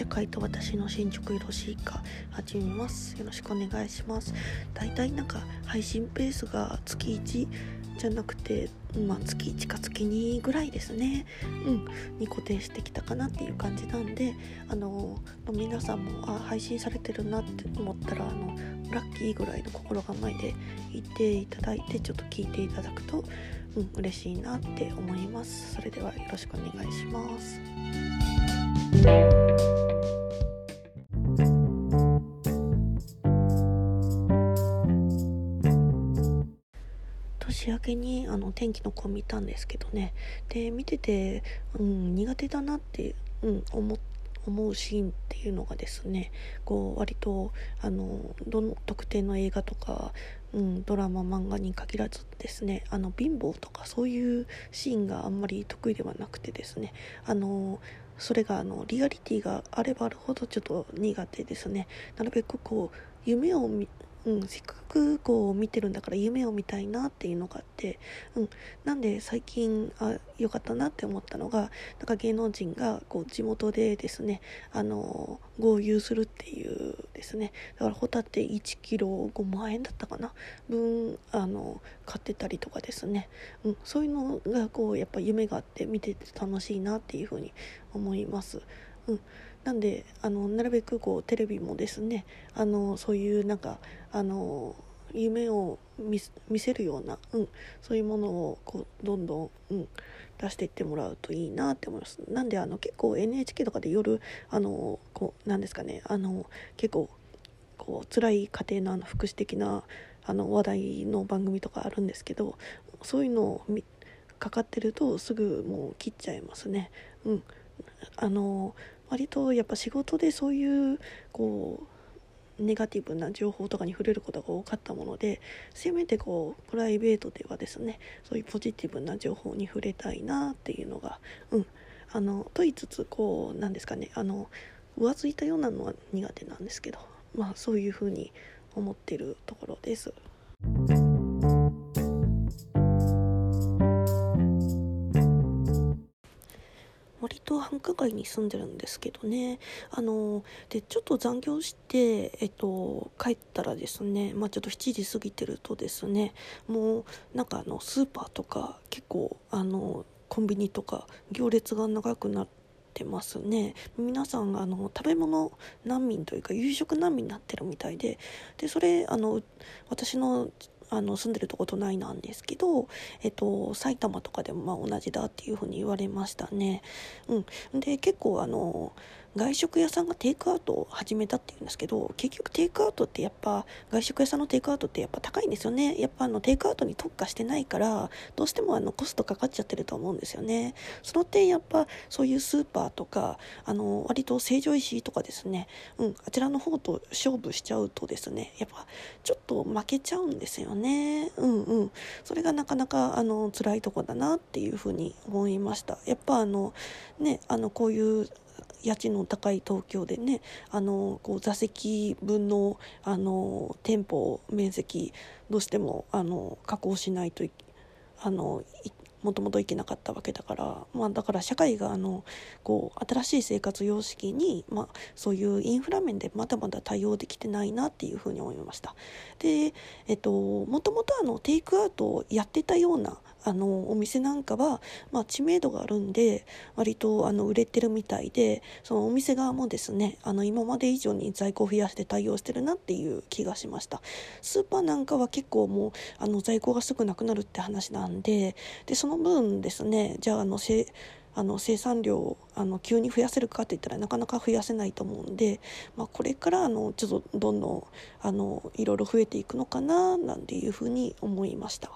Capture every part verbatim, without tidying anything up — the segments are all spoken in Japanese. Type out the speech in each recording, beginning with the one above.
世界と私の新宿色シーカー始めます。よろしくお願いします。だいたいなんか配信ペースが月いちじゃなくて、まあ、月いちか月にぐらいですね、うん、に固定してきたかなっていう感じなんで、あの皆さんもあ配信されてるなって思ったらあのラッキーぐらいの心構えで言っていただいて、ちょっと聞いていただくと、うん、嬉しいなって思います。それではよろしくお願いします。年明けにあの天気の子見たんですけどね、で見てて、うん、苦手だなって、うん、思思うシーンっていうのがですね、こう割とあのどの特定の映画とか、うん、ドラマ漫画に限らずですね、あの貧乏とかそういうシーンがあんまり得意ではなくてですね、あのそれがあのリアリティがあればあるほどちょっと苦手ですね。なるべくこう夢を見うん、せっかくこう見てるんだから夢を見たいなっていうのがあって、うん、なんで最近あ良かったなって思ったのが、なんか芸能人がこう地元でですね、あの豪遊するっていうですね、だからホタテいちキロごまん円だったかな分あの買ってたりとかですね、うん、そういうのがこうやっぱ夢があって見てて楽しいなっていうふうに思います。うん、なんであのなるべくこうテレビもですね、あのそういうなんかあの夢を 見, 見せるような、うん、そういうものをこうどんどん、うん、出していってもらうといいなって思います。なんであの結構 エヌエイチケー とかで夜あのこうなんですかね、あの結構こう辛い家庭のあの福祉的なあの話題の番組とかあるんですけど、そういうのを見かかってるとすぐもう切っちゃいますね。うん、あの割とやっぱ仕事でそういうこうネガティブな情報とかに触れることが多かったもので、せめてこうプライベートではですね、そういうポジティブな情報に触れたいなっていうのが、うんあのと言いつつこうなんですかね、あの浮ついたようなのは苦手なんですけど、まあそういうふうに思ってるところです。割と繁華街に住んでるんですけどね、あのでちょっと残業して、えっと、帰ったらですね、まあ、ちょっとしちじ過ぎてるとですね、もうなんかあのスーパーとか結構あのコンビニとか行列が長くなってますね。皆さんあの食べ物難民というか夕食難民になってるみたいで、でそれあの私のあの住んでるとこ隣なんですけど、えっと、埼玉とかでもまあ同じだっていうふうに言われましたね。うん、で結構あの外食屋さんがテイクアウトを始めたっていうんですけど、結局テイクアウトってやっぱ外食屋さんのテイクアウトってやっぱ高いんですよね。やっぱあのテイクアウトに特化してないからどうしてもあのコストかかっちゃってると思うんですよね。その点やっぱそういうスーパーとかあの割と成城石井とかですね、うん、あちらの方と勝負しちゃうとですね、やっぱちょっと負けちゃうんですよね。うんうん。それがなかなかあの辛いとこだなっていうふうに思いました。やっぱあのね、あのこういう家賃の高い東京でね、あのこう座席分のあの店舗面積どうしてもあの確保しないといあのもともといけなかったわけだから、まあ、だから社会があのこう新しい生活様式に、まあ、そういうインフラ面でまだまだ対応できてないなっていうふうに思いました。で、えっと、もともとあのテイクアウトをやってたようなあのお店なんかは、まあ、知名度があるんで割とあの売れてるみたいで、そのお店側もですね、あの今まで以上に在庫を増やして対応してるなっていう気がしました。スーパーなんかは結構もうあの在庫がすぐなくなるって話なんで、でその分ですね、じゃああのせあの生産量をあの急に増やせるかって言ったらなかなか増やせないと思うんで、まあ、これからあのちょっとどんどんあのいろいろ増えていくのかななんていうふうに思いました。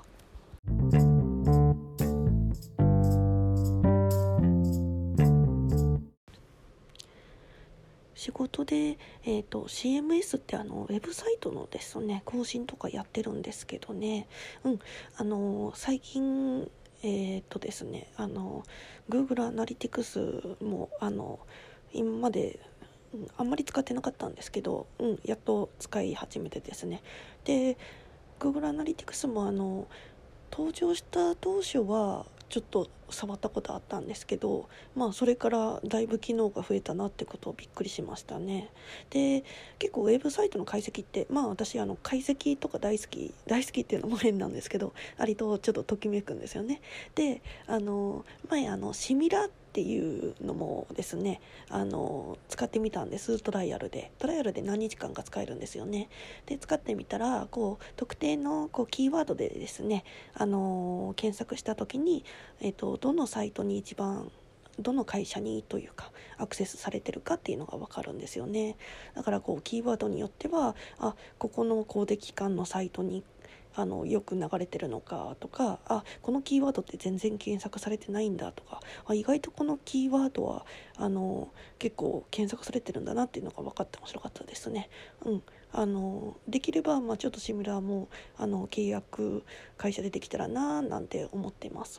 仕事で、えーと、シーエムエス ってあのウェブサイトのですね更新とかやってるんですけどね、うん、あの最近えーとですねあの Google アナリティクスもあの今までうんあんまり使ってなかったんですけど、うん、やっと使い始めてですね、で Google アナリティクスもあの登場した当初はちょっと触ったことあったんですけど、まあそれからだいぶ機能が増えたなってことをびっくりしましたね。で、結構ウェブサイトの解析って、まあ私あの解析とか大好き大好きっていうのも変なんですけど、割とちょっとときめくんですよね。で、あの前あのシミラっていうのもですね、あの使ってみたんです。トライアルでトライアルで何日間か使えるんですよね。で使ってみたら、こう特定のこうキーワードでですね、あの検索した時に、えっと、どのサイトに一番どの会社にというかアクセスされてるかっていうのが分かるんですよね。だからこうキーワードによっては、あ、ここの公的機関のサイトにあのよく流れてるのかとか、あ、このキーワードって全然検索されてないんだとか、あ、意外とこのキーワードはあの結構検索されてるんだなっていうのが分かって面白かったですね。うん、あのできれば、まあ、ちょっとシミュラーもあの契約会社でできたらななんて思ってます。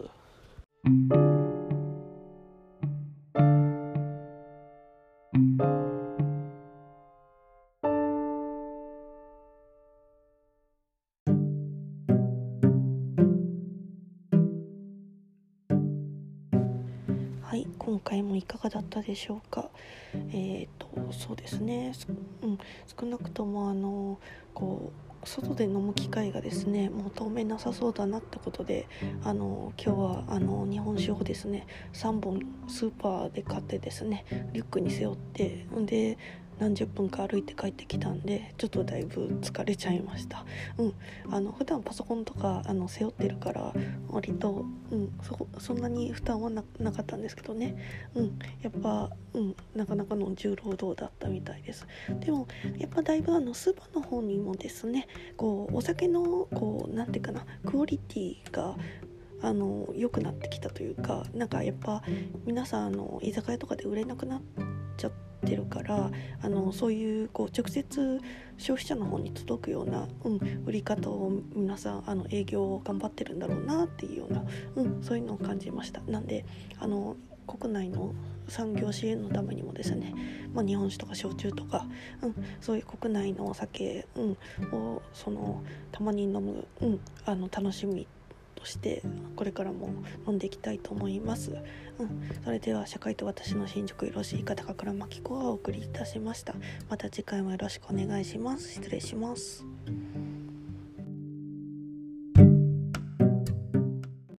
はい、今回もいかがだったでしょうか。えーとそうですね、うん、少なくともあのこう外で飲む機会がですね、もう当面なさそうだなってことで、あの今日はあの日本酒をですねさんぼんスーパーで買ってですね、リュックに背負って、で何十分か歩いて帰ってきたんで、ちょっとだいぶ疲れちゃいました。うん、あの普段パソコンとかあの背負ってるから割と、うん、そ, そんなに負担は な, なかったんですけどね、うん、やっぱ、うん、なかなかの重労働だったみたいです。でもやっぱだいぶあのスーパーの方にもですね、こうお酒のこうなんていうかな、クオリティがあの良くなってきたというか、なんかやっぱ皆さんあの居酒屋とかで売れなくなっちゃってるから、あのそういうこう直接消費者の方に届くような、うん、売り方を皆さんあの営業を頑張ってるんだろうなっていうような、うん、そういうのを感じました。なんであの国内の産業支援のためにもですね、まあ、日本酒とか焼酎とか、うん、そういう国内のお酒、うん、をそのたまに飲む、うん、あの楽しみとしてこれからも飲んでいきたいと思います。うん、それでは社会と私の新宿よろしいか高倉真紀子がお送りいたしました。また次回もよろしくお願いします。失礼します。